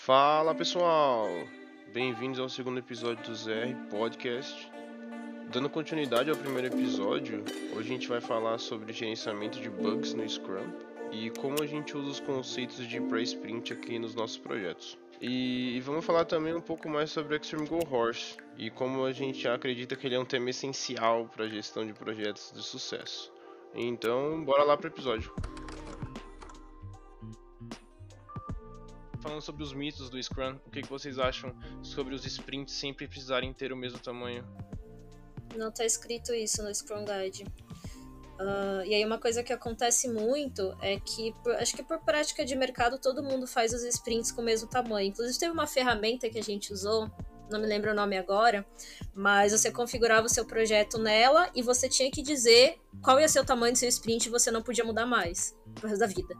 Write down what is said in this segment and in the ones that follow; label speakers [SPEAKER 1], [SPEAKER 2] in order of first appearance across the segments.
[SPEAKER 1] Fala pessoal, bem-vindos ao segundo episódio do ZR Podcast. Dando continuidade ao primeiro episódio, hoje a gente vai falar sobre gerenciamento de bugs no Scrum e como a gente usa os conceitos de pré-sprint aqui nos nossos projetos. E vamos falar também um pouco mais sobre o Extreme Go Horse e como a gente acredita que ele é um tema essencial para a gestão de projetos de sucesso. Então, bora lá para o episódio. Falando sobre os mitos do Scrum, o que vocês acham sobre os sprints sempre precisarem ter o mesmo tamanho?
[SPEAKER 2] Não tá escrito isso no Scrum Guide. E aí uma coisa que acontece muito é que, acho que por prática de mercado, todo mundo faz os sprints com o mesmo tamanho. Inclusive teve uma ferramenta que a gente usou, não me lembro o nome agora, mas você configurava o seu projeto nela e você tinha que dizer qual ia ser o tamanho do seu sprint e você não podia mudar mais pro resto da vida.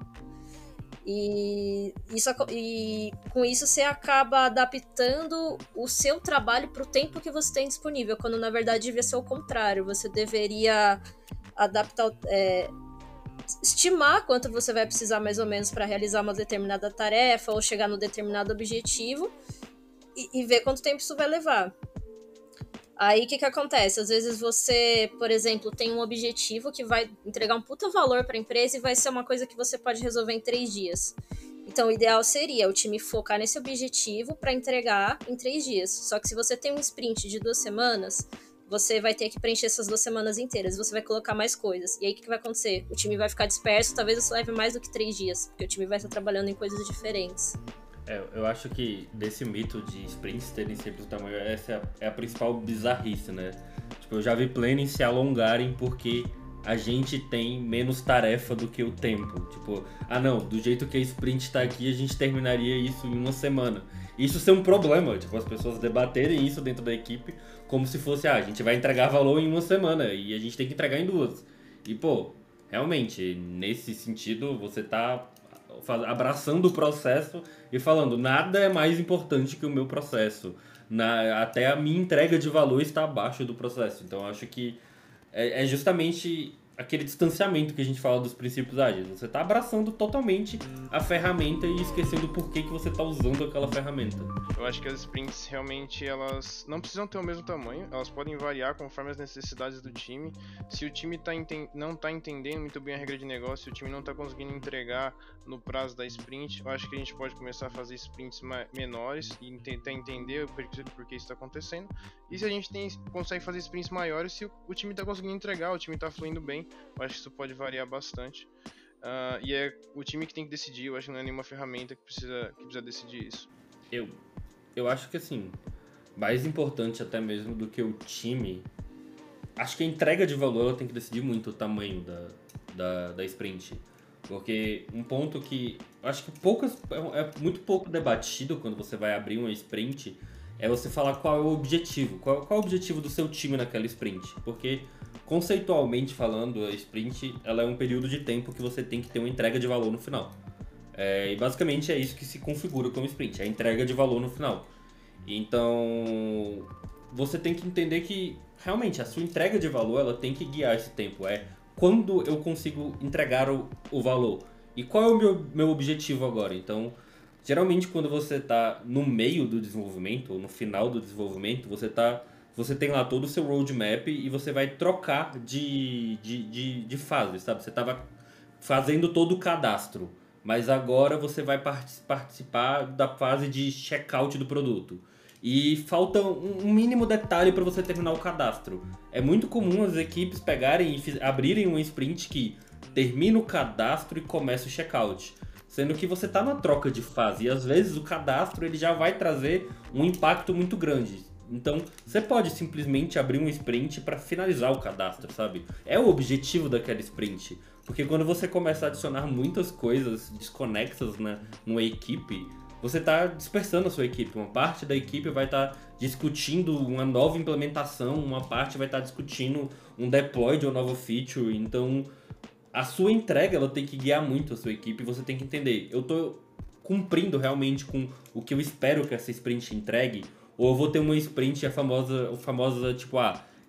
[SPEAKER 2] E com isso você acaba adaptando o seu trabalho para o tempo que você tem disponível, quando na verdade devia ser o contrário. Você deveria adaptar, estimar quanto você vai precisar mais ou menos para realizar uma determinada tarefa ou chegar no determinado objetivo e ver quanto tempo isso vai levar. Aí o que acontece? Às vezes você, por exemplo, tem um objetivo que vai entregar um puta valor para a empresa e vai ser uma coisa que você pode resolver em 3 dias. Então o ideal seria o time focar nesse objetivo para entregar em 3 dias. Só que se você tem um sprint de 2 semanas, você vai ter que preencher essas 2 semanas inteiras. Você vai colocar mais coisas. E aí o que vai acontecer? O time vai ficar disperso, talvez isso leve mais do que 3 dias, porque o time vai estar trabalhando em coisas diferentes.
[SPEAKER 3] Eu acho que desse mito de sprints terem sempre o tamanho, essa é a principal bizarrice, né? Tipo, eu já vi planning se alongarem porque a gente tem menos tarefa do que o tempo. Tipo, não, do jeito que a sprint tá aqui, a gente terminaria isso em 1 semana. Isso ser um problema, tipo, as pessoas debaterem isso dentro da equipe como se fosse, a gente vai entregar valor em 1 semana e a gente tem que entregar em 2. E, pô, realmente, nesse sentido, você tá abraçando o processo e falando, nada é mais importante que o meu processo. Até a minha entrega de valor está abaixo do processo. Então, eu acho que é justamente aquele distanciamento que a gente fala dos princípios ágeis. Você está abraçando totalmente a ferramenta e esquecendo por que você está usando aquela ferramenta.
[SPEAKER 1] Eu acho que as sprints realmente elas não precisam ter o mesmo tamanho, elas podem variar conforme as necessidades do time. Se o time não está entendendo muito bem a regra de negócio, se o time não está conseguindo entregar no prazo da sprint, eu acho que a gente pode começar a fazer sprints menores e tentar entender por que isso está acontecendo. E se a gente consegue fazer sprints maiores, se o time está conseguindo entregar, o time está fluindo bem, eu acho que isso pode variar bastante. E é o time que tem que decidir, eu acho que não é nenhuma ferramenta que precisa decidir isso.
[SPEAKER 3] Eu acho que, assim, mais importante até mesmo do que o time, acho que a entrega de valor ela tem que decidir muito o tamanho da sprint. Porque um ponto que eu acho que é muito pouco debatido quando você vai abrir uma sprint é você falar qual é o objetivo. Qual é o objetivo do seu time naquela sprint? Porque, conceitualmente falando, a sprint ela é um período de tempo que você tem que ter uma entrega de valor no final. E basicamente é isso que se configura como sprint, é a entrega de valor no final. Então, você tem que entender que, realmente, a sua entrega de valor ela tem que guiar esse tempo. Quando eu consigo entregar o valor? E qual é o meu objetivo agora? Então, geralmente quando você está no meio do desenvolvimento, ou no final do desenvolvimento, você tem lá todo o seu roadmap e você vai trocar de fase, sabe? Você estava fazendo todo o cadastro, mas agora você vai participar da fase de checkout do produto. E falta um mínimo detalhe para você terminar o cadastro. É muito comum as equipes pegarem e abrirem um sprint que termina o cadastro e começa o checkout. Sendo que você está na troca de fase e às vezes o cadastro ele já vai trazer um impacto muito grande. Então, você pode simplesmente abrir um sprint para finalizar o cadastro, sabe? É o objetivo daquela sprint. Porque quando você começa a adicionar muitas coisas desconexas numa equipe, você está dispersando a sua equipe. Uma parte da equipe vai estar discutindo uma nova implementação, uma parte vai estar discutindo um deploy de uma nova feature. Então, a sua entrega ela tem que guiar muito a sua equipe. Você tem que entender, eu estou cumprindo realmente com o que eu espero que essa sprint entregue? Ou eu vou ter uma sprint, a famosa tipo,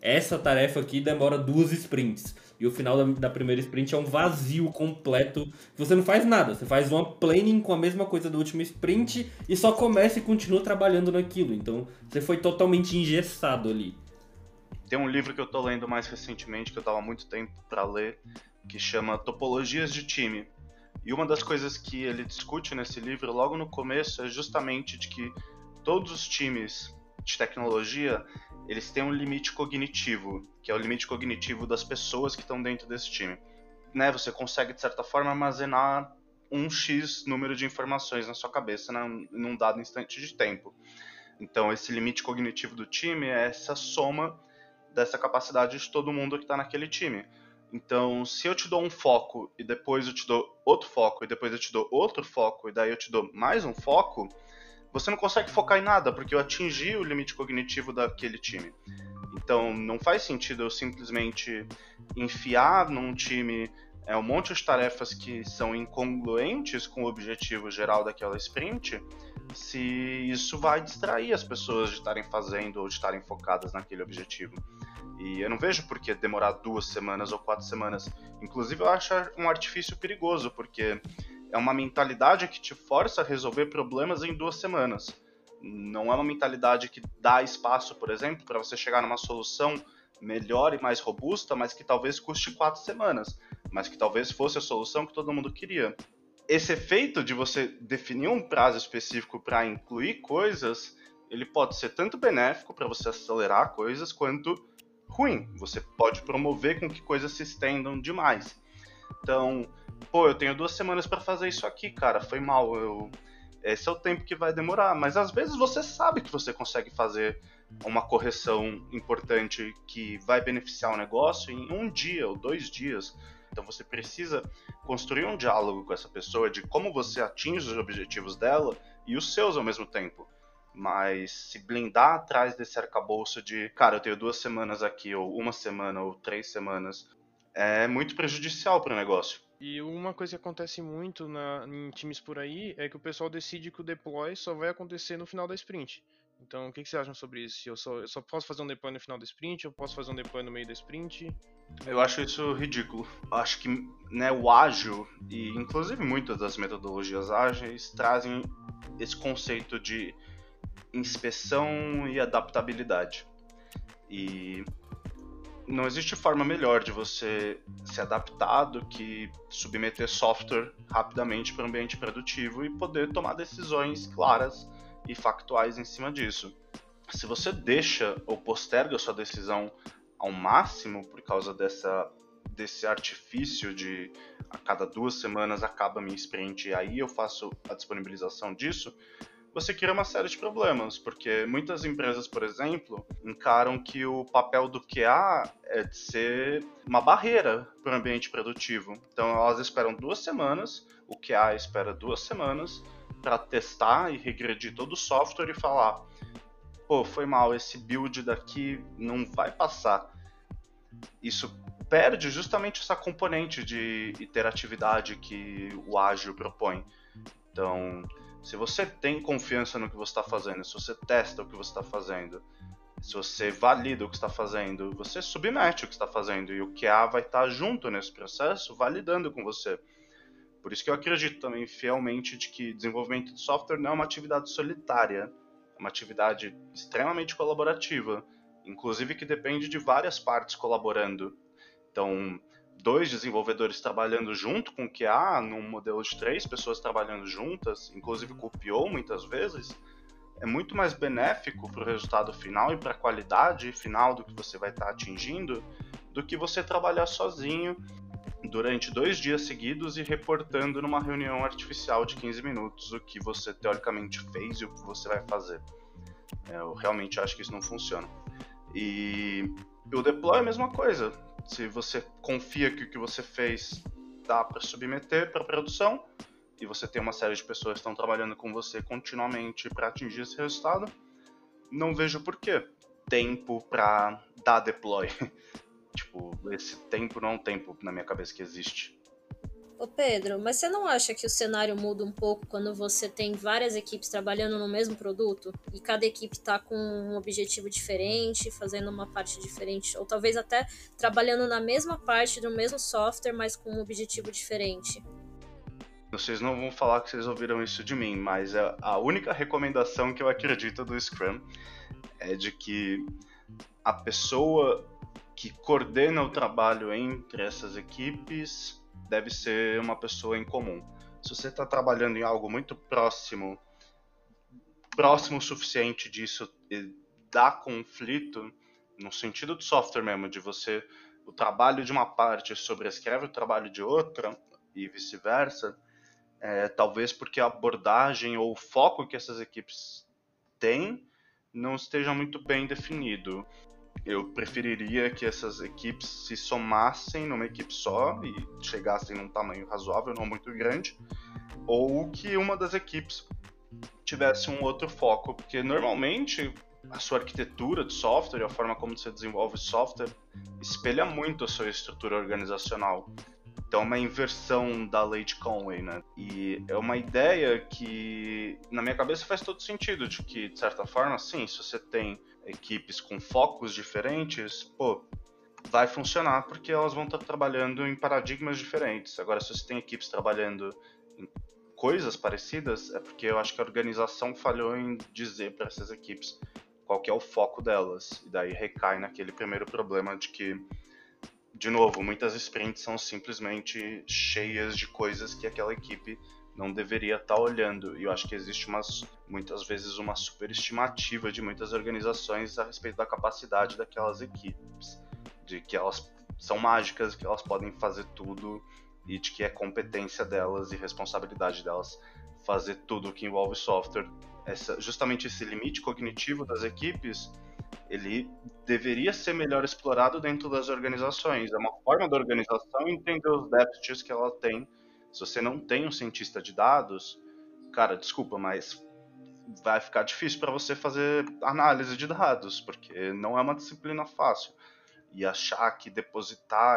[SPEAKER 3] essa tarefa aqui demora 2 sprints. E o final da primeira sprint é um vazio completo. Você não faz nada. Você faz uma planning com a mesma coisa do último sprint e só começa e continua trabalhando naquilo. Então, você foi totalmente engessado ali.
[SPEAKER 4] Tem um livro que eu tô lendo mais recentemente, que eu tava há muito tempo pra ler, que chama Topologias de Time. E uma das coisas que ele discute nesse livro, logo no começo, é justamente de que todos os times de tecnologia, eles têm um limite cognitivo, que é o limite cognitivo das pessoas que estão dentro desse time. Né, você consegue, de certa forma, armazenar um X número de informações na sua cabeça, né, num dado instante de tempo. Então, esse limite cognitivo do time é essa soma dessa capacidade de todo mundo que está naquele time. Então, se eu te dou um foco e depois eu te dou outro foco e depois eu te dou outro foco e daí eu te dou mais um foco, você não consegue focar em nada, porque eu atingi o limite cognitivo daquele time. Então, não faz sentido eu simplesmente enfiar num time um monte de tarefas que são incongruentes com o objetivo geral daquela sprint, se isso vai distrair as pessoas de estarem fazendo ou de estarem focadas naquele objetivo. E eu não vejo por que demorar 2 semanas ou 4 semanas. Inclusive, eu acho um artifício perigoso, porque é uma mentalidade que te força a resolver problemas em 2 semanas. Não é uma mentalidade que dá espaço, por exemplo, para você chegar numa solução melhor e mais robusta, mas que talvez custe 4 semanas, mas que talvez fosse a solução que todo mundo queria. Esse efeito de você definir um prazo específico para incluir coisas, ele pode ser tanto benéfico para você acelerar coisas, quanto ruim. Você pode promover com que coisas se estendam demais. Então, eu tenho 2 semanas para fazer isso aqui, cara, foi mal, esse é o tempo que vai demorar, mas às vezes você sabe que você consegue fazer uma correção importante que vai beneficiar o negócio em 1 dia ou 2 dias. Então você precisa construir um diálogo com essa pessoa de como você atinge os objetivos dela e os seus ao mesmo tempo. Mas se blindar atrás desse arcabouço de, cara, eu tenho 2 semanas aqui, ou 1 semana, ou 3 semanas, é muito prejudicial para o negócio.
[SPEAKER 1] E uma coisa que acontece muito em times por aí é que o pessoal decide que o deploy só vai acontecer no final da sprint. Então, o que vocês acham sobre isso? Eu só posso fazer um deploy no final da sprint? Eu posso fazer um deploy no meio da sprint?
[SPEAKER 4] Eu acho isso ridículo. Acho que, né, o ágil, e inclusive muitas das metodologias ágeis, trazem esse conceito de inspeção e adaptabilidade. E não existe forma melhor de você se adaptar do que submeter software rapidamente para o ambiente produtivo e poder tomar decisões claras e factuais em cima disso. Se você deixa ou posterga a sua decisão ao máximo por causa desse artifício de a cada 2 semanas acaba a minha sprint e aí eu faço a disponibilização disso, você cria uma série de problemas, porque muitas empresas, por exemplo, encaram que o papel do QA é de ser uma barreira para o ambiente produtivo. Então elas esperam 2 semanas, o QA espera 2 semanas para testar e regredir todo o software e falar: foi mal, esse build daqui não vai passar. Isso perde justamente essa componente de iteratividade que o ágil propõe. Então, se você tem confiança no que você está fazendo, se você testa o que você está fazendo, se você valida o que está fazendo, você submete o que está fazendo e o QA vai estar junto nesse processo, validando com você. Por isso que eu acredito também fielmente de que desenvolvimento de software não é uma atividade solitária, é uma atividade extremamente colaborativa, inclusive que depende de várias partes colaborando. Então, 2 desenvolvedores trabalhando junto com o QA, num modelo de 3 pessoas trabalhando juntas, inclusive com o PO muitas vezes, é muito mais benéfico para o resultado final e para a qualidade final do que você vai estar atingindo, do que você trabalhar sozinho durante 2 dias seguidos e reportando numa reunião artificial de 15 minutos o que você teoricamente fez e o que você vai fazer. Eu realmente acho que isso não funciona. E o deploy é a mesma coisa. Se você confia que o que você fez dá para submeter para produção e você tem uma série de pessoas que estão trabalhando com você continuamente para atingir esse resultado, não vejo por que tempo para dar deploy. Tipo, esse tempo não é um tempo na minha cabeça que existe.
[SPEAKER 2] Ô Pedro, mas você não acha que o cenário muda um pouco quando você tem várias equipes trabalhando no mesmo produto e cada equipe está com um objetivo diferente, fazendo uma parte diferente, ou talvez até trabalhando na mesma parte do mesmo software, mas com um objetivo diferente?
[SPEAKER 4] Vocês não vão falar que vocês ouviram isso de mim, mas a única recomendação que eu acredito do Scrum é de que a pessoa que coordena o trabalho entre essas equipes deve ser uma pessoa em comum. Se você está trabalhando em algo muito próximo o suficiente disso e dá conflito, no sentido do software mesmo, de você, o trabalho de uma parte sobrescreve o trabalho de outra e vice-versa, talvez porque a abordagem ou o foco que essas equipes têm não esteja muito bem definido. Eu preferiria que essas equipes se somassem numa equipe só e chegassem num tamanho razoável, não muito grande, ou que uma das equipes tivesse um outro foco, porque normalmente a sua arquitetura de software, a forma como você desenvolve software, espelha muito a sua estrutura organizacional. Então é uma inversão da lei de Conway, né? E é uma ideia que, na minha cabeça, faz todo sentido, de que, de certa forma, sim, se você tem equipes com focos diferentes, vai funcionar porque elas vão estar trabalhando em paradigmas diferentes. Agora, se você tem equipes trabalhando em coisas parecidas, é porque eu acho que a organização falhou em dizer para essas equipes qual que é o foco delas. E daí recai naquele primeiro problema de que, de novo, muitas sprints são simplesmente cheias de coisas que aquela equipe não deveria estar olhando. E eu acho que existe muitas vezes uma superestimativa de muitas organizações a respeito da capacidade daquelas equipes, de que elas são mágicas, que elas podem fazer tudo e de que é competência delas e responsabilidade delas fazer tudo que envolve software. Justamente esse limite cognitivo das equipes, ele deveria ser melhor explorado dentro das organizações. É uma forma da organização entender os déficits que ela tem. Se você não tem um cientista de dados, cara, desculpa, mas vai ficar difícil para você fazer análise de dados, porque não é uma disciplina fácil. E achar que depositar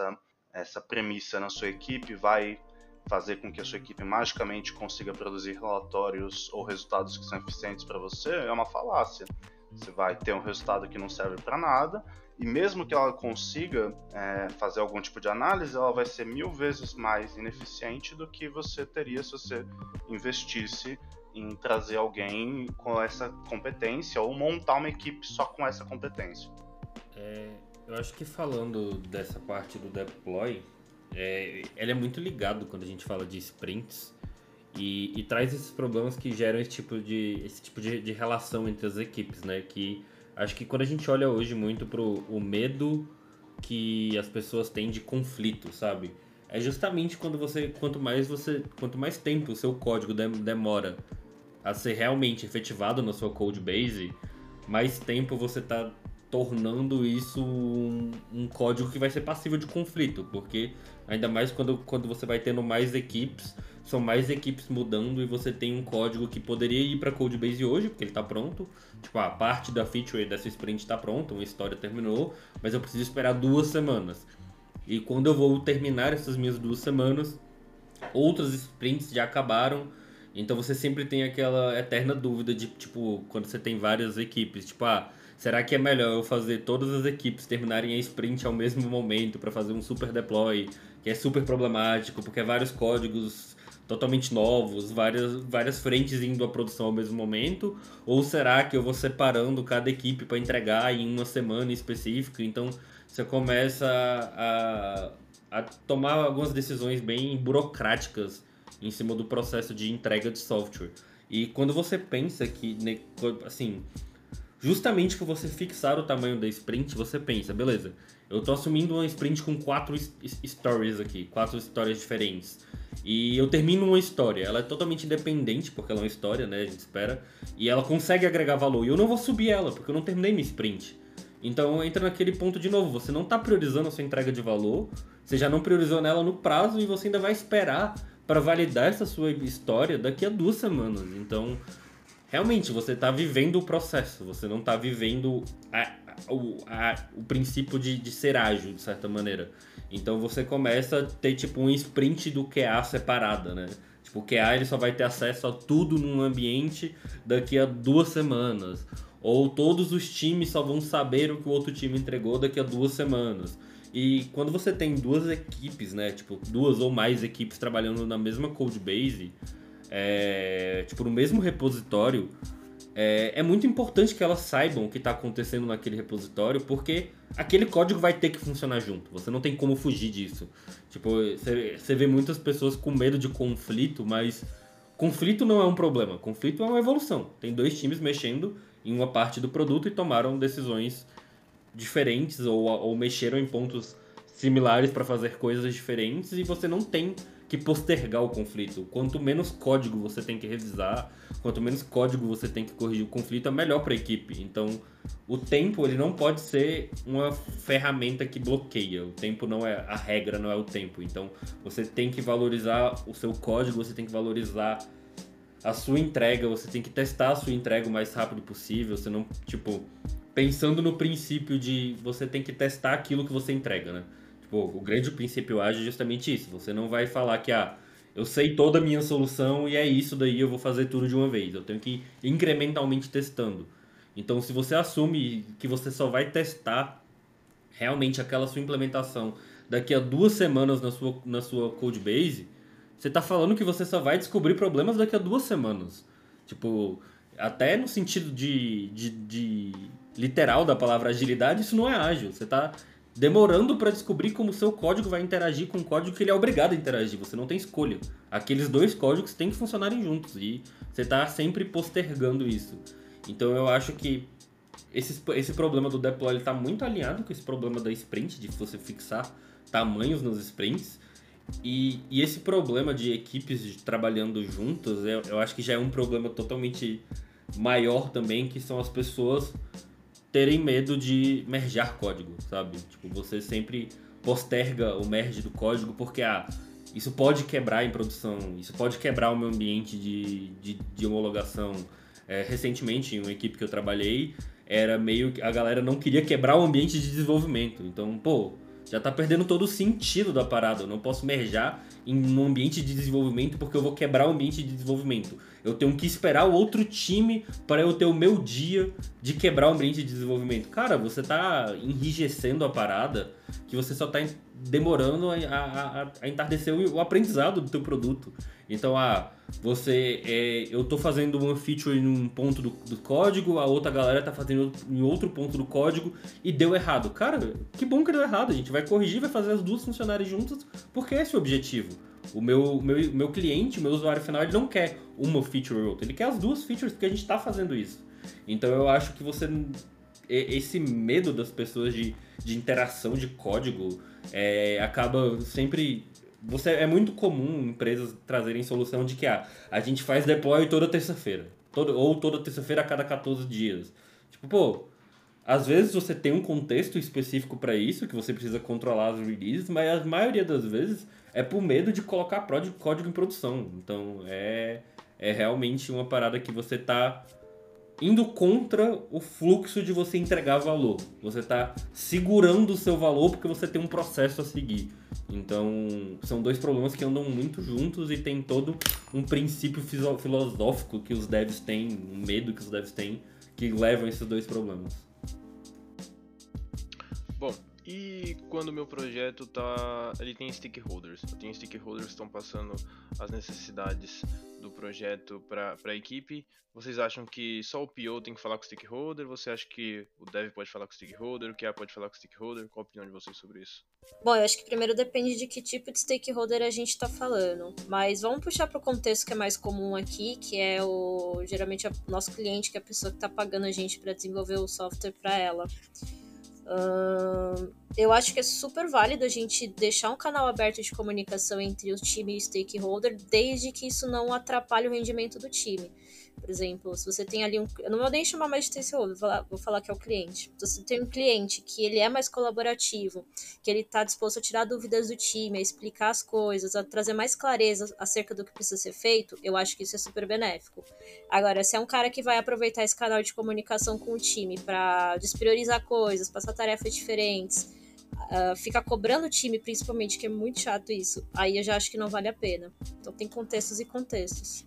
[SPEAKER 4] essa premissa na sua equipe vai fazer com que a sua equipe magicamente consiga produzir relatórios ou resultados que são eficientes para você é uma falácia. Você vai ter um resultado que não serve para nada, e mesmo que ela consiga fazer algum tipo de análise, ela vai ser 1000 vezes mais ineficiente do que você teria se você investisse em trazer alguém com essa competência ou montar uma equipe só com essa competência.
[SPEAKER 3] Eu acho que falando dessa parte do deploy, ele é muito ligado quando a gente fala de sprints e traz esses problemas que geram esse tipo de relação entre as equipes, né? Que acho que quando a gente olha hoje muito pro o medo que as pessoas têm de conflito, sabe? É justamente quanto mais tempo o seu código demora a ser realmente efetivado na sua code base, mais tempo você tá tornando isso um código que vai ser passível de conflito, porque ainda mais quando você vai tendo mais equipes, são mais equipes mudando e você tem um código que poderia ir para Codebase hoje, porque ele está pronto, tipo, a parte da feature dessa sprint está pronta, uma história terminou, mas eu preciso esperar 2 semanas. E quando eu vou terminar essas minhas 2 semanas, outras sprints já acabaram, então você sempre tem aquela eterna dúvida de, tipo, quando você tem várias equipes, tipo, será que é melhor eu fazer todas as equipes terminarem a sprint ao mesmo momento para fazer um super deploy, que é super problemático, porque é vários códigos totalmente novos, várias frentes indo à produção ao mesmo momento? Ou será que eu vou separando cada equipe para entregar em uma semana específica? Então você começa a tomar algumas decisões bem burocráticas em cima do processo de entrega de software. E quando você pensa que, assim, justamente por você fixar o tamanho da sprint, você pensa, beleza, eu tô assumindo uma sprint com 4 stories aqui, 4 histórias diferentes. E eu termino uma história, ela é totalmente independente, porque ela é uma história, né, a gente espera, e ela consegue agregar valor, e eu não vou subir ela, porque eu não terminei minha sprint. Então entra naquele ponto de novo, você não tá priorizando a sua entrega de valor, você já não priorizou nela no prazo, e você ainda vai esperar para validar essa sua história daqui a 2 semanas. Então, realmente, você tá vivendo o processo, você não tá vivendo o princípio de ser ágil, de certa maneira. Então você começa a ter tipo um sprint do QA separada, né? Tipo, o QA ele só vai ter acesso a tudo num ambiente daqui a 2 semanas. Ou todos os times só vão saber o que o outro time entregou daqui a 2 semanas. E quando você tem 2 equipes, né? Tipo, 2 ou mais equipes trabalhando na mesma codebase, tipo, no mesmo repositório, é muito importante que elas saibam o que está acontecendo naquele repositório, porque aquele código vai ter que funcionar junto. Você não tem como fugir disso. Tipo, você vê muitas pessoas com medo de conflito, mas conflito não é um problema. Conflito é uma evolução. Tem 2 times mexendo em uma parte do produto e tomaram decisões diferentes ou mexeram em pontos similares para fazer coisas diferentes, e você não tem que postergar o conflito. Quanto menos código você tem que revisar, quanto menos código você tem que corrigir o conflito, é melhor para a equipe. Então, o tempo ele não pode ser uma ferramenta que bloqueia. O tempo não é a regra, não é o tempo. Então, você tem que valorizar o seu código, você tem que valorizar a sua entrega, você tem que testar a sua entrega o mais rápido possível. Você não, tipo, pensando no princípio de você tem que testar aquilo que você entrega, né? O grande princípio ágil é justamente isso. Você não vai falar que, eu sei toda a minha solução e é isso daí, eu vou fazer tudo de uma vez. Eu tenho que ir incrementalmente testando. Então, se você assume que você só vai testar realmente aquela sua implementação daqui a 2 semanas na sua codebase, você está falando que você só vai descobrir problemas daqui a 2 semanas. Tipo, até no sentido de literal da palavra agilidade, isso não é ágil. Você está demorando para descobrir como o seu código vai interagir com o código que ele é obrigado a interagir. Você não tem escolha. Aqueles 2 códigos têm que funcionarem juntos e você está sempre postergando isso. Então eu acho que esse problema do deploy está muito alinhado com esse problema da sprint, de você fixar tamanhos nos sprints. E esse problema de equipes trabalhando juntas, eu acho que já é um problema totalmente maior também, que são as pessoas terem medo de mergear código, sabe? Tipo, você sempre posterga o merge do código porque, isso pode quebrar em produção, isso pode quebrar o meu ambiente de homologação. Recentemente, em uma equipe que eu trabalhei, era meio que a galera não queria quebrar o ambiente de desenvolvimento. Então, já tá perdendo todo o sentido da parada. Eu não posso merjar em um ambiente de desenvolvimento porque eu vou quebrar o ambiente de desenvolvimento. Eu tenho que esperar o outro time para eu ter o meu dia de quebrar o ambiente de desenvolvimento. Cara, você tá enrijecendo a parada, que você só tá demorando a entardecer o aprendizado do teu produto. Então, eu tô fazendo uma feature em um ponto do código, a outra galera tá fazendo em outro ponto do código e deu errado. Cara, que bom que deu errado. A gente vai corrigir, vai fazer as 2 funcionarem juntas, porque esse é o objetivo. O meu cliente, o meu usuário final, ele não quer uma feature ou outra, ele quer as 2 features, porque a gente tá fazendo isso. Então eu acho que esse medo das pessoas de interação de código acaba sempre... É muito comum empresas trazerem solução de que a gente faz deploy toda terça-feira. Ou toda terça-feira a cada 14 dias. Tipo, às vezes você tem um contexto específico para isso, que você precisa controlar as releases, mas a maioria das vezes é por medo de colocar código em produção. Então é realmente uma parada que você tá indo contra o fluxo de você entregar valor. Você está segurando o seu valor porque você tem um processo a seguir. Então, são 2 problemas que andam muito juntos e tem todo um princípio filosófico que os devs têm, um medo que os devs têm, que levam esses 2 problemas.
[SPEAKER 1] Bom, e quando o meu projeto ele tem stakeholders? Eu tenho stakeholders que estão passando as necessidades do projeto para a equipe. Vocês acham que só o PO tem que falar com o stakeholder? Você acha que o dev pode falar com o stakeholder? O QA pode falar com o stakeholder? Qual a opinião de vocês sobre isso?
[SPEAKER 2] Bom, eu acho que primeiro depende de que tipo de stakeholder a gente está falando. Mas vamos puxar para o contexto que é mais comum aqui, que é geralmente o nosso cliente, que é a pessoa que está pagando a gente para desenvolver o software para ela. Eu acho que é super válido a gente deixar um canal aberto de comunicação entre o time e o stakeholder, desde que isso não atrapalhe o rendimento do time. Por exemplo, se você tem ali eu não vou nem chamar mais de stakeholder, vou falar que é o cliente. Se você tem um cliente que ele é mais colaborativo, que ele está disposto a tirar dúvidas do time, a explicar as coisas, a trazer mais clareza acerca do que precisa ser feito, eu acho que isso é super benéfico. Agora, se é um cara que vai aproveitar esse canal de comunicação com o time para despriorizar coisas, passar tarefas diferentes, ficar cobrando o time, principalmente, que é muito chato isso, aí eu já acho que não vale a pena. Então tem contextos e contextos.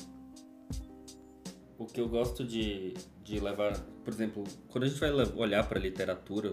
[SPEAKER 3] O que eu gosto de levar, por exemplo, quando a gente vai olhar para a literatura,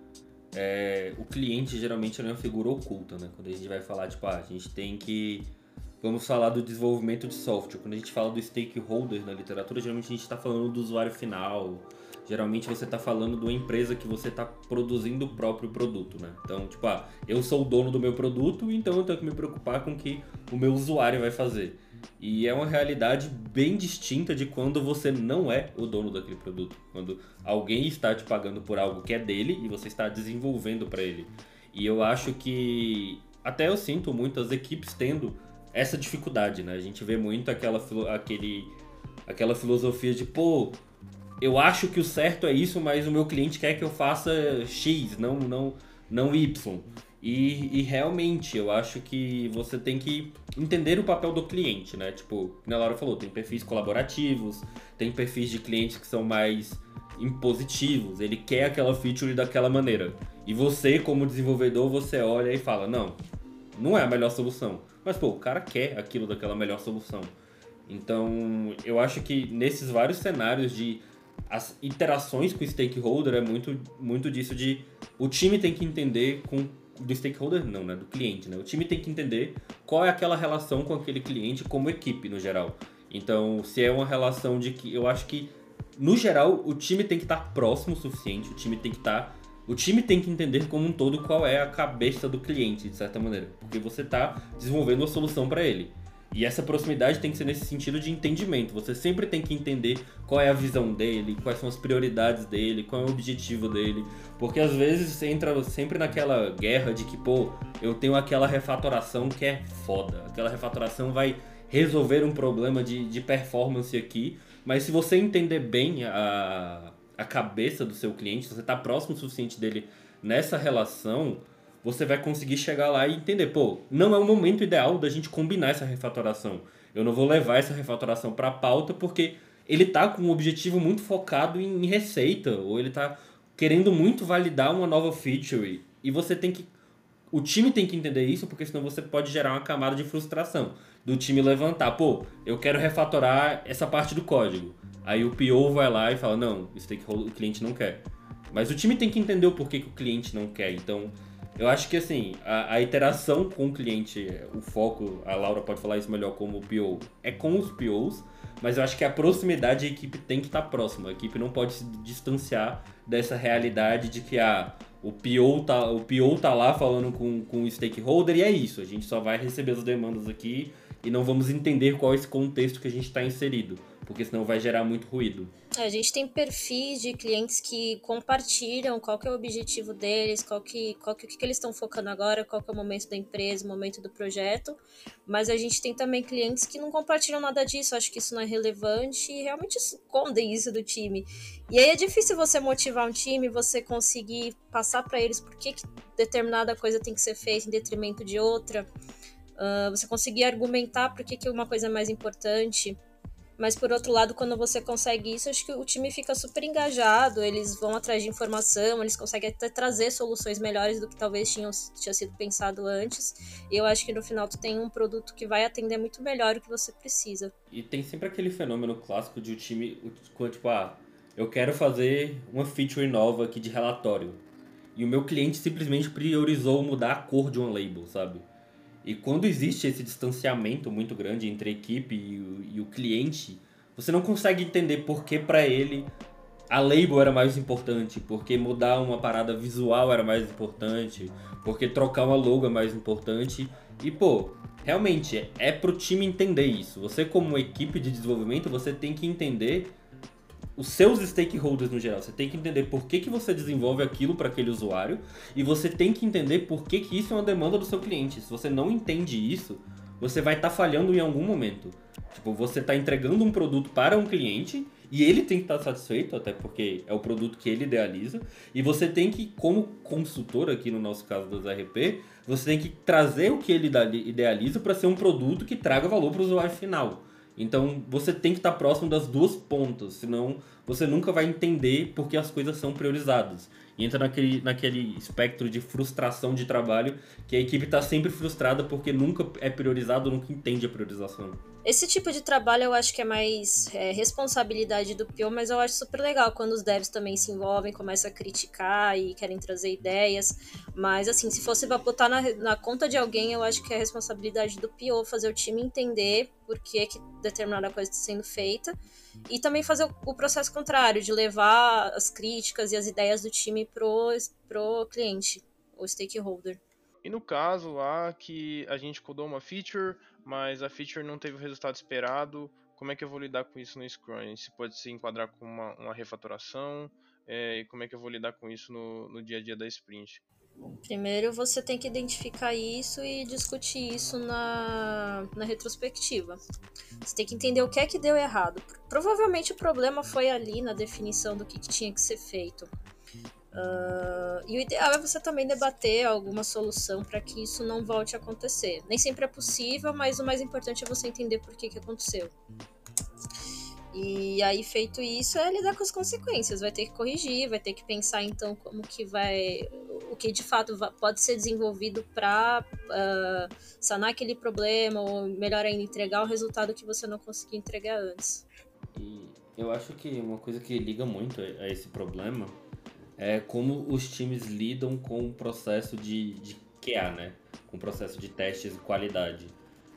[SPEAKER 3] o cliente geralmente não é uma figura oculta, né? Quando a gente vai falar, tipo, a gente tem que... Vamos falar do desenvolvimento de software. Quando a gente fala do stakeholder na literatura, geralmente a gente está falando do usuário final. Geralmente você está falando de uma empresa que você está produzindo o próprio produto, né? Então, tipo, eu sou o dono do meu produto, então eu tenho que me preocupar com o que o meu usuário vai fazer. E é uma realidade bem distinta de quando você não é o dono daquele produto. Quando alguém está te pagando por algo que é dele e você está desenvolvendo para ele. E eu acho que... Até eu sinto muito as equipes tendo essa dificuldade, né? A gente vê muito aquela filosofia de, eu acho que o certo é isso, mas o meu cliente quer que eu faça X, não Y. E realmente, eu acho que você tem que entender o papel do cliente, né? Tipo, como a Laura falou, tem perfis colaborativos, tem perfis de clientes que são mais impositivos, ele quer aquela feature daquela maneira. E você, como desenvolvedor, você olha e fala, não é a melhor solução. Mas, o cara quer aquilo daquela melhor solução. Então, eu acho que nesses vários cenários as interações com o stakeholder é muito, muito disso de... O time tem que entender do stakeholder não, né? Do cliente, né? O time tem que entender qual é aquela relação com aquele cliente como equipe, no geral. Então, se é uma relação de que... Eu acho que, no geral, o time tem que estar próximo o suficiente. O time tem que entender como um todo qual é a cabeça do cliente, de certa maneira. Porque você está desenvolvendo uma solução para ele. E essa proximidade tem que ser nesse sentido de entendimento. Você sempre tem que entender qual é a visão dele, quais são as prioridades dele, qual é o objetivo dele. Porque às vezes você entra sempre naquela guerra de que, eu tenho aquela refatoração que é foda. Aquela refatoração vai resolver um problema de performance aqui. Mas se você entender bem a cabeça do seu cliente, se você está próximo o suficiente dele nessa relação, você vai conseguir chegar lá e entender, não é o momento ideal da gente combinar essa refatoração. Eu não vou levar essa refatoração para a pauta porque ele tá com um objetivo muito focado em receita, ou ele tá querendo muito validar uma nova feature. E você tem que... O time tem que entender isso, porque senão você pode gerar uma camada de frustração. Do time levantar, eu quero refatorar essa parte do código. Aí o PO vai lá e fala, não, o cliente não quer. Mas o time tem que entender o porquê que o cliente não quer. Então, eu acho que assim, a iteração com o cliente, o foco, a Laura pode falar isso melhor como o PO, é com os POs, mas eu acho que a proximidade, a equipe tem que estar próxima. A equipe não pode se distanciar dessa realidade de que o PO tá lá falando com o stakeholder e é isso. A gente só vai receber as demandas aqui e não vamos entender qual é esse contexto que a gente está inserido, porque senão vai gerar muito ruído.
[SPEAKER 2] A gente tem perfis de clientes que compartilham qual que é o objetivo deles, o que eles estão focando agora, qual que é o momento da empresa, o momento do projeto, mas a gente tem também clientes que não compartilham nada disso, acho que isso não é relevante e realmente escondem isso do time. E aí é difícil você motivar um time, você conseguir passar para eles por que determinada coisa tem que ser feita em detrimento de outra, você conseguir argumentar por que uma coisa é mais importante. Mas, por outro lado, quando você consegue isso, acho que o time fica super engajado, eles vão atrás de informação, eles conseguem até trazer soluções melhores do que talvez tinha sido pensado antes. E eu acho que no final tu tem um produto que vai atender muito melhor o que você precisa.
[SPEAKER 3] E tem sempre aquele fenômeno clássico de o time, tipo, eu quero fazer uma feature nova aqui de relatório. E o meu cliente simplesmente priorizou mudar a cor de uma label, sabe? E quando existe esse distanciamento muito grande entre a equipe e o cliente, você não consegue entender por que para ele a label era mais importante, porque mudar uma parada visual era mais importante, porque trocar uma logo é mais importante. E, realmente, é pro time entender isso. Você, como equipe de desenvolvimento, você tem que entender os seus stakeholders no geral. Você tem que entender por que você desenvolve aquilo para aquele usuário e você tem que entender por que isso é uma demanda do seu cliente. Se você não entende isso, você vai estar falhando em algum momento. Tipo, você tá entregando um produto para um cliente e ele tem que estar satisfeito, até porque é o produto que ele idealiza. E você tem que, como consultor aqui no nosso caso dos RP, você tem que trazer o que ele idealiza para ser um produto que traga valor para o usuário final. Então, você tem que estar próximo das duas pontas, senão você nunca vai entender porque as coisas são priorizadas. E entra naquele espectro de frustração de trabalho, que a equipe está sempre frustrada porque nunca é priorizado, nunca entende a priorização.
[SPEAKER 2] Esse tipo de trabalho eu acho que é mais responsabilidade do PO, mas eu acho super legal quando os devs também se envolvem, começam a criticar e querem trazer ideias. Mas assim, se fosse pra botar na conta de alguém, eu acho que é a responsabilidade do PO fazer o time entender por que determinada coisa está sendo feita. E também fazer o processo contrário, de levar as críticas e as ideias do time pro cliente, o stakeholder.
[SPEAKER 1] E no caso lá que a gente codou uma feature, mas a feature não teve o resultado esperado, como é que eu vou lidar com isso no Scrum? Isso pode se enquadrar com uma refatoração, e como é que eu vou lidar com isso no dia a dia da sprint?
[SPEAKER 2] Primeiro você tem que identificar isso e discutir isso na retrospectiva. Você tem que entender o que é que deu errado. Provavelmente o problema foi ali na definição do que tinha que ser feito. E o ideal é você também debater alguma solução para que isso não volte a acontecer. Nem sempre é possível, mas o mais importante é você entender por que aconteceu. E aí, feito isso, é lidar com as consequências. Vai ter que corrigir, vai ter que pensar então como que o que de fato pode ser desenvolvido para sanar aquele problema, ou melhor ainda, entregar o resultado que você não conseguiu entregar antes.
[SPEAKER 3] E eu acho que uma coisa que liga muito a esse problema é como os times lidam com o processo de QA, né? Com o processo de testes e qualidade.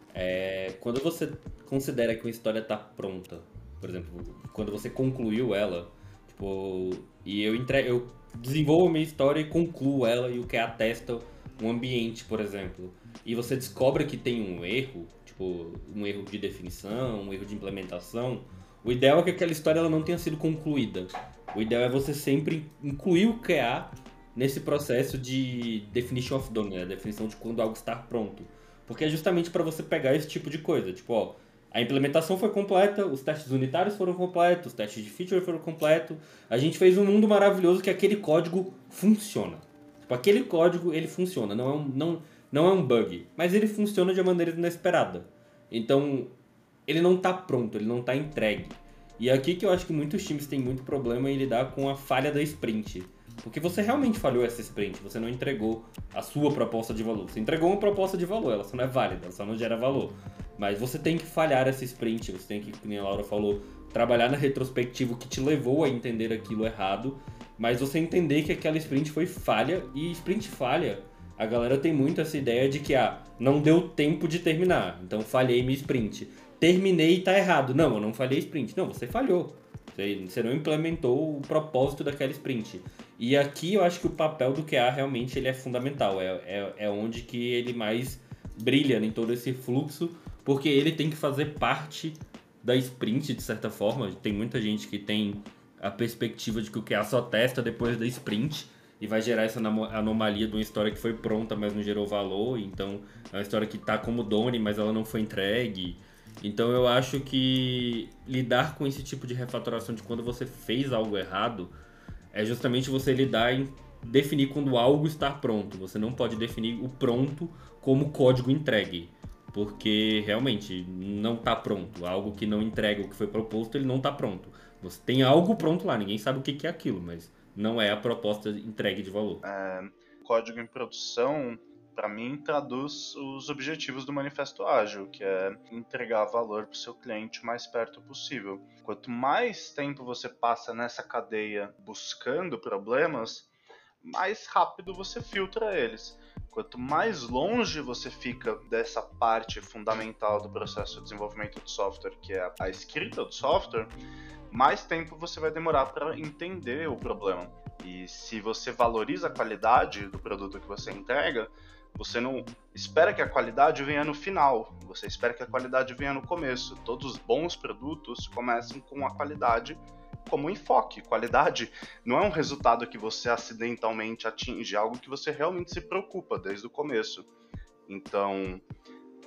[SPEAKER 3] Quando você considera que uma história está pronta, por exemplo, quando você concluiu ela, tipo, e eu desenvolvo a minha história e concluo ela e o QA testa um ambiente, por exemplo, e você descobre que tem um erro, tipo, um erro de definição, um erro de implementação, o ideal é que aquela história ela não tenha sido concluída. O ideal é você sempre incluir o QA nesse processo de definition of done, né? A definição de quando algo está pronto. Porque é justamente para você pegar esse tipo de coisa. Tipo, ó, a implementação foi completa, os testes unitários foram completos, os testes de feature foram completos. A gente fez um mundo maravilhoso que aquele código funciona. Tipo, aquele código, ele funciona. Não é um bug, mas ele funciona de uma maneira inesperada. Então, ele não está pronto, ele não está entregue. E é aqui que eu acho que muitos times têm muito problema em lidar com a falha da sprint. Porque você realmente falhou essa sprint, você não entregou a sua proposta de valor. Você entregou uma proposta de valor, ela só não é válida, ela só não gera valor. Mas você tem que falhar essa sprint, você tem que, como a Laura falou, trabalhar na retrospectiva que te levou a entender aquilo errado. Mas você entender que aquela sprint foi falha, e sprint falha, a galera tem muito essa ideia de que não deu tempo de terminar, então falhei minha sprint. Terminei e tá errado. Não, eu não falhei sprint. Não, você falhou. Você não implementou o propósito daquela sprint. E aqui eu acho que o papel do QA realmente ele é fundamental. É onde que ele mais brilha em todo esse fluxo, porque ele tem que fazer parte da sprint, de certa forma. Tem muita gente que tem a perspectiva de que o QA só testa depois da sprint e vai gerar essa anomalia de uma história que foi pronta, mas não gerou valor. Então, é uma história que tá como done, mas ela não foi entregue. Então eu acho que lidar com esse tipo de refatoração de quando você fez algo errado é justamente você lidar em definir quando algo está pronto. Você não pode definir o pronto como código entregue, porque realmente não está pronto. Algo que não entrega o que foi proposto, ele não está pronto. Você tem algo pronto lá, ninguém sabe o que é aquilo, mas não é a proposta entregue de valor.
[SPEAKER 4] Código em produção, para mim, traduz os objetivos do Manifesto Ágil, que é entregar valor para o seu cliente o mais perto possível. Quanto mais tempo você passa nessa cadeia buscando problemas, mais rápido você filtra eles. Quanto mais longe você fica dessa parte fundamental do processo de desenvolvimento de software, que é a escrita do software, mais tempo você vai demorar para entender o problema. E se você valoriza a qualidade do produto que você entrega, você não espera que a qualidade venha no final, você espera que a qualidade venha no começo. Todos os bons produtos começam com a qualidade como enfoque. Qualidade não é um resultado que você acidentalmente atinge, é algo que você realmente se preocupa desde o começo. Então,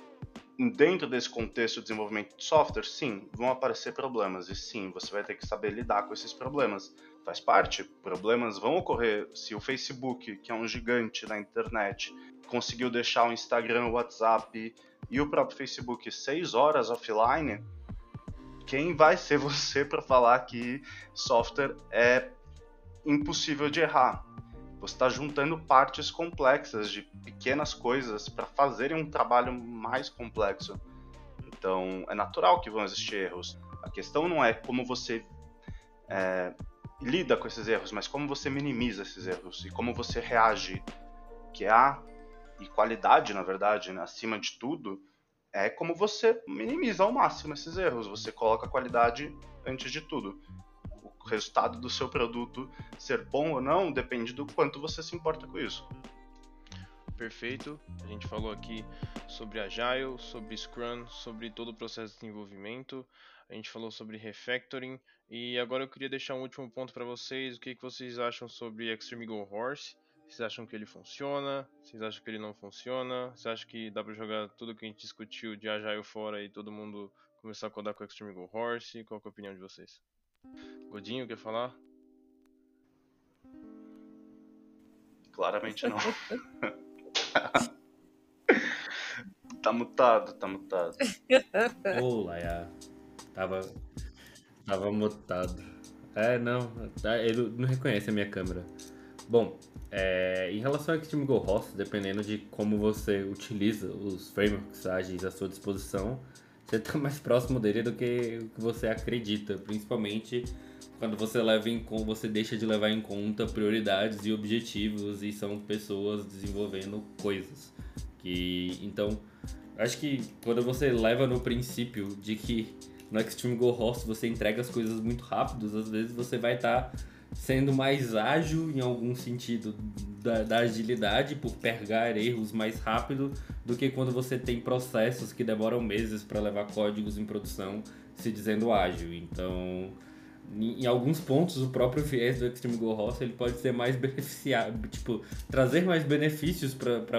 [SPEAKER 4] dentro desse contexto de desenvolvimento de software, sim, vão aparecer problemas. E sim, você vai ter que saber lidar com esses problemas. Faz parte, problemas vão ocorrer. Se o Facebook, que é um gigante na internet, conseguiu deixar o Instagram, o WhatsApp e o próprio Facebook 6 horas offline, quem vai ser você para falar que software é impossível de errar? Você está juntando partes complexas de pequenas coisas para fazerem um trabalho mais complexo. Então, é natural que vão existir erros. A questão não é como você lida com esses erros, mas como você minimiza esses erros e como você reage. E qualidade, na verdade, né, acima de tudo, é como você minimiza ao máximo esses erros. Você coloca a qualidade antes de tudo. O resultado do seu produto ser bom ou não depende do quanto você se importa com isso.
[SPEAKER 1] Perfeito. A gente falou aqui sobre Agile, sobre Scrum, sobre todo o processo de desenvolvimento. A gente falou sobre refactoring. E agora eu queria deixar um último ponto para vocês. O que vocês acham sobre Extreme Go Horse? Vocês acham que ele funciona? Vocês acham que ele não funciona? Vocês acham que dá para jogar tudo que a gente discutiu de Agile fora e todo mundo começar a codar com Extreme Go Horse? Qual que é a opinião de vocês? Godinho, quer falar?
[SPEAKER 4] Claramente não. Tá mutado.
[SPEAKER 3] Laia. Tava mutado. Não. Ele não reconhece a minha câmera. Bom, em relação ao Extreme Go Horse, dependendo de como você utiliza os frameworks ágeis à sua disposição, você está mais próximo dele do que o que você acredita, principalmente quando você deixa de levar em conta prioridades e objetivos e são pessoas desenvolvendo coisas. Então, acho que quando você leva no princípio de que no Extreme Go Horse você entrega as coisas muito rápido, às vezes você vai estar sendo mais ágil em algum sentido da agilidade por pegar erros mais rápido do que quando você tem processos que demoram meses para levar códigos em produção se dizendo ágil. Então, em alguns pontos, o próprio viés do Extreme Go Horse ele pode ser mais beneficiado, trazer mais benefícios para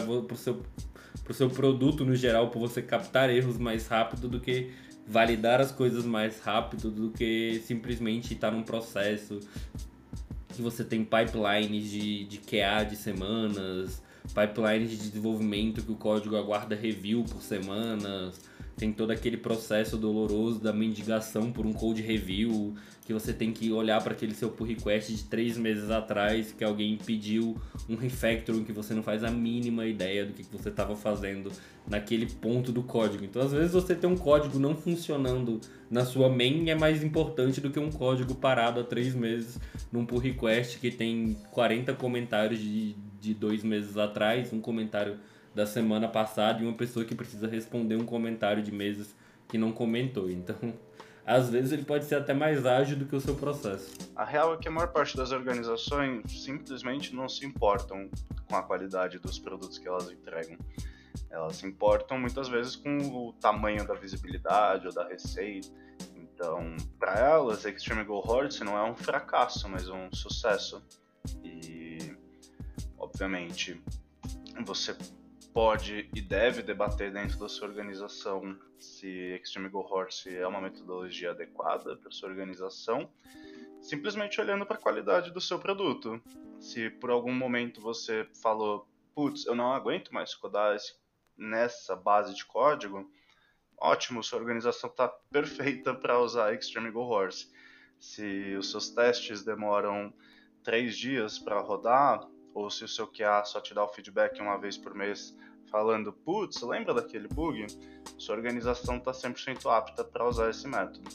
[SPEAKER 3] o seu produto no geral, por você captar erros mais rápido do que validar as coisas mais rápido, do que simplesmente estar num processo que você tem pipelines de QA de semanas, pipelines de desenvolvimento que o código aguarda review por semanas, tem todo aquele processo doloroso da mendigação por um code review, que você tem que olhar para aquele seu pull request de 3 meses atrás, que alguém pediu um refactoring que você não faz a mínima ideia do que você estava fazendo naquele ponto do código. Então, às vezes, você ter um código não funcionando na sua main é mais importante do que um código parado há 3 meses num pull request que tem 40 comentários de 2 meses atrás, um comentário da semana passada e uma pessoa que precisa responder um comentário de meses que não comentou. Então, às vezes ele pode ser até mais ágil do que o seu processo.
[SPEAKER 4] A real é que a maior parte das organizações simplesmente não se importam com a qualidade dos produtos que elas entregam. Elas se importam muitas vezes com o tamanho da visibilidade ou da receita. Então, para elas, Extreme Go Horse não é um fracasso, mas um sucesso. E, obviamente, você pode e deve debater dentro da sua organização se Extreme Go Horse é uma metodologia adequada para sua organização, simplesmente olhando para a qualidade do seu produto. Se por algum momento você falou, putz, eu não aguento mais codar nessa base de código, ótimo, sua organização está perfeita para usar Extreme Go Horse. Se os seus testes demoram 3 dias para rodar, ou se o seu QA só te dá o feedback uma vez por mês falando, putz, lembra daquele bug? Sua organização está 100% apta para usar esse método.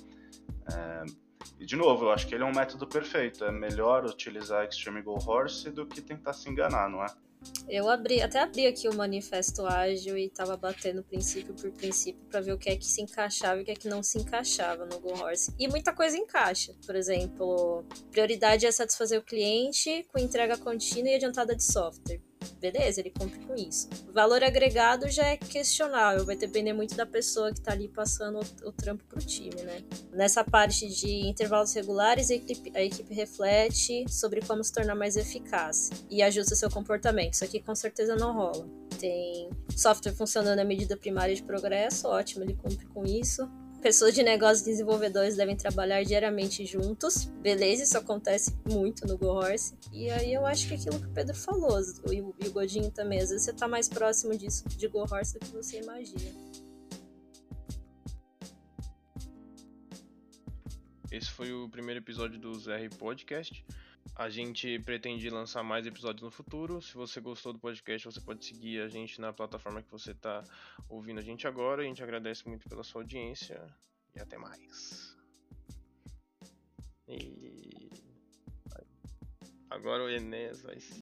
[SPEAKER 4] E de novo, eu acho que ele é um método perfeito. É melhor utilizar Extreme Go Horse do que tentar se enganar, não é?
[SPEAKER 2] Eu até abri aqui o manifesto ágil e estava batendo princípio por princípio para ver o que é que se encaixava e o que é que não se encaixava no Go Horse. E muita coisa encaixa. Por exemplo, prioridade é satisfazer o cliente com entrega contínua e adiantada de software. Beleza, ele cumpre com isso. Valor agregado já é questionável, vai depender muito da pessoa que está ali passando o trampo pro time, né? Nessa parte de intervalos regulares, a equipe reflete sobre como se tornar mais eficaz e ajusta seu comportamento. Isso aqui com certeza não rola. tem software funcionando à medida primária de progresso, ótimo, ele cumpre com isso. Pessoas de negócios e desenvolvedores devem trabalhar diariamente juntos. Beleza, isso acontece muito no Go Horse. E aí eu acho que aquilo que o Pedro falou, e o Godinho também, às vezes você tá mais próximo disso de Go Horse do que você imagina.
[SPEAKER 1] Esse foi o primeiro episódio do ZR Podcast. A gente pretende lançar mais episódios no futuro. Se você gostou do podcast, você pode seguir a gente na plataforma que você está ouvindo a gente agora. A gente agradece muito pela sua audiência e até mais. E agora o Enéas vai se...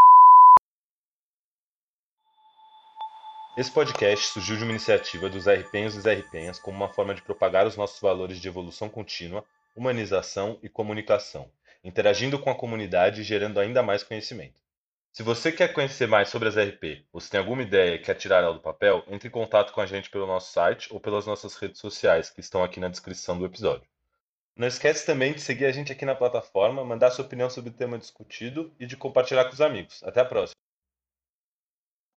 [SPEAKER 5] Esse podcast surgiu de uma iniciativa dos RPenhos e ZRPenhas como uma forma de propagar os nossos valores de evolução contínua, humanização e comunicação, interagindo com a comunidade e gerando ainda mais conhecimento. Se você quer conhecer mais sobre as RP, ou se tem alguma ideia e quer tirar ela do papel, entre em contato com a gente pelo nosso site ou pelas nossas redes sociais, que estão aqui na descrição do episódio. Não esquece também de seguir a gente aqui na plataforma, mandar sua opinião sobre o tema discutido e de compartilhar com os amigos. Até a próxima!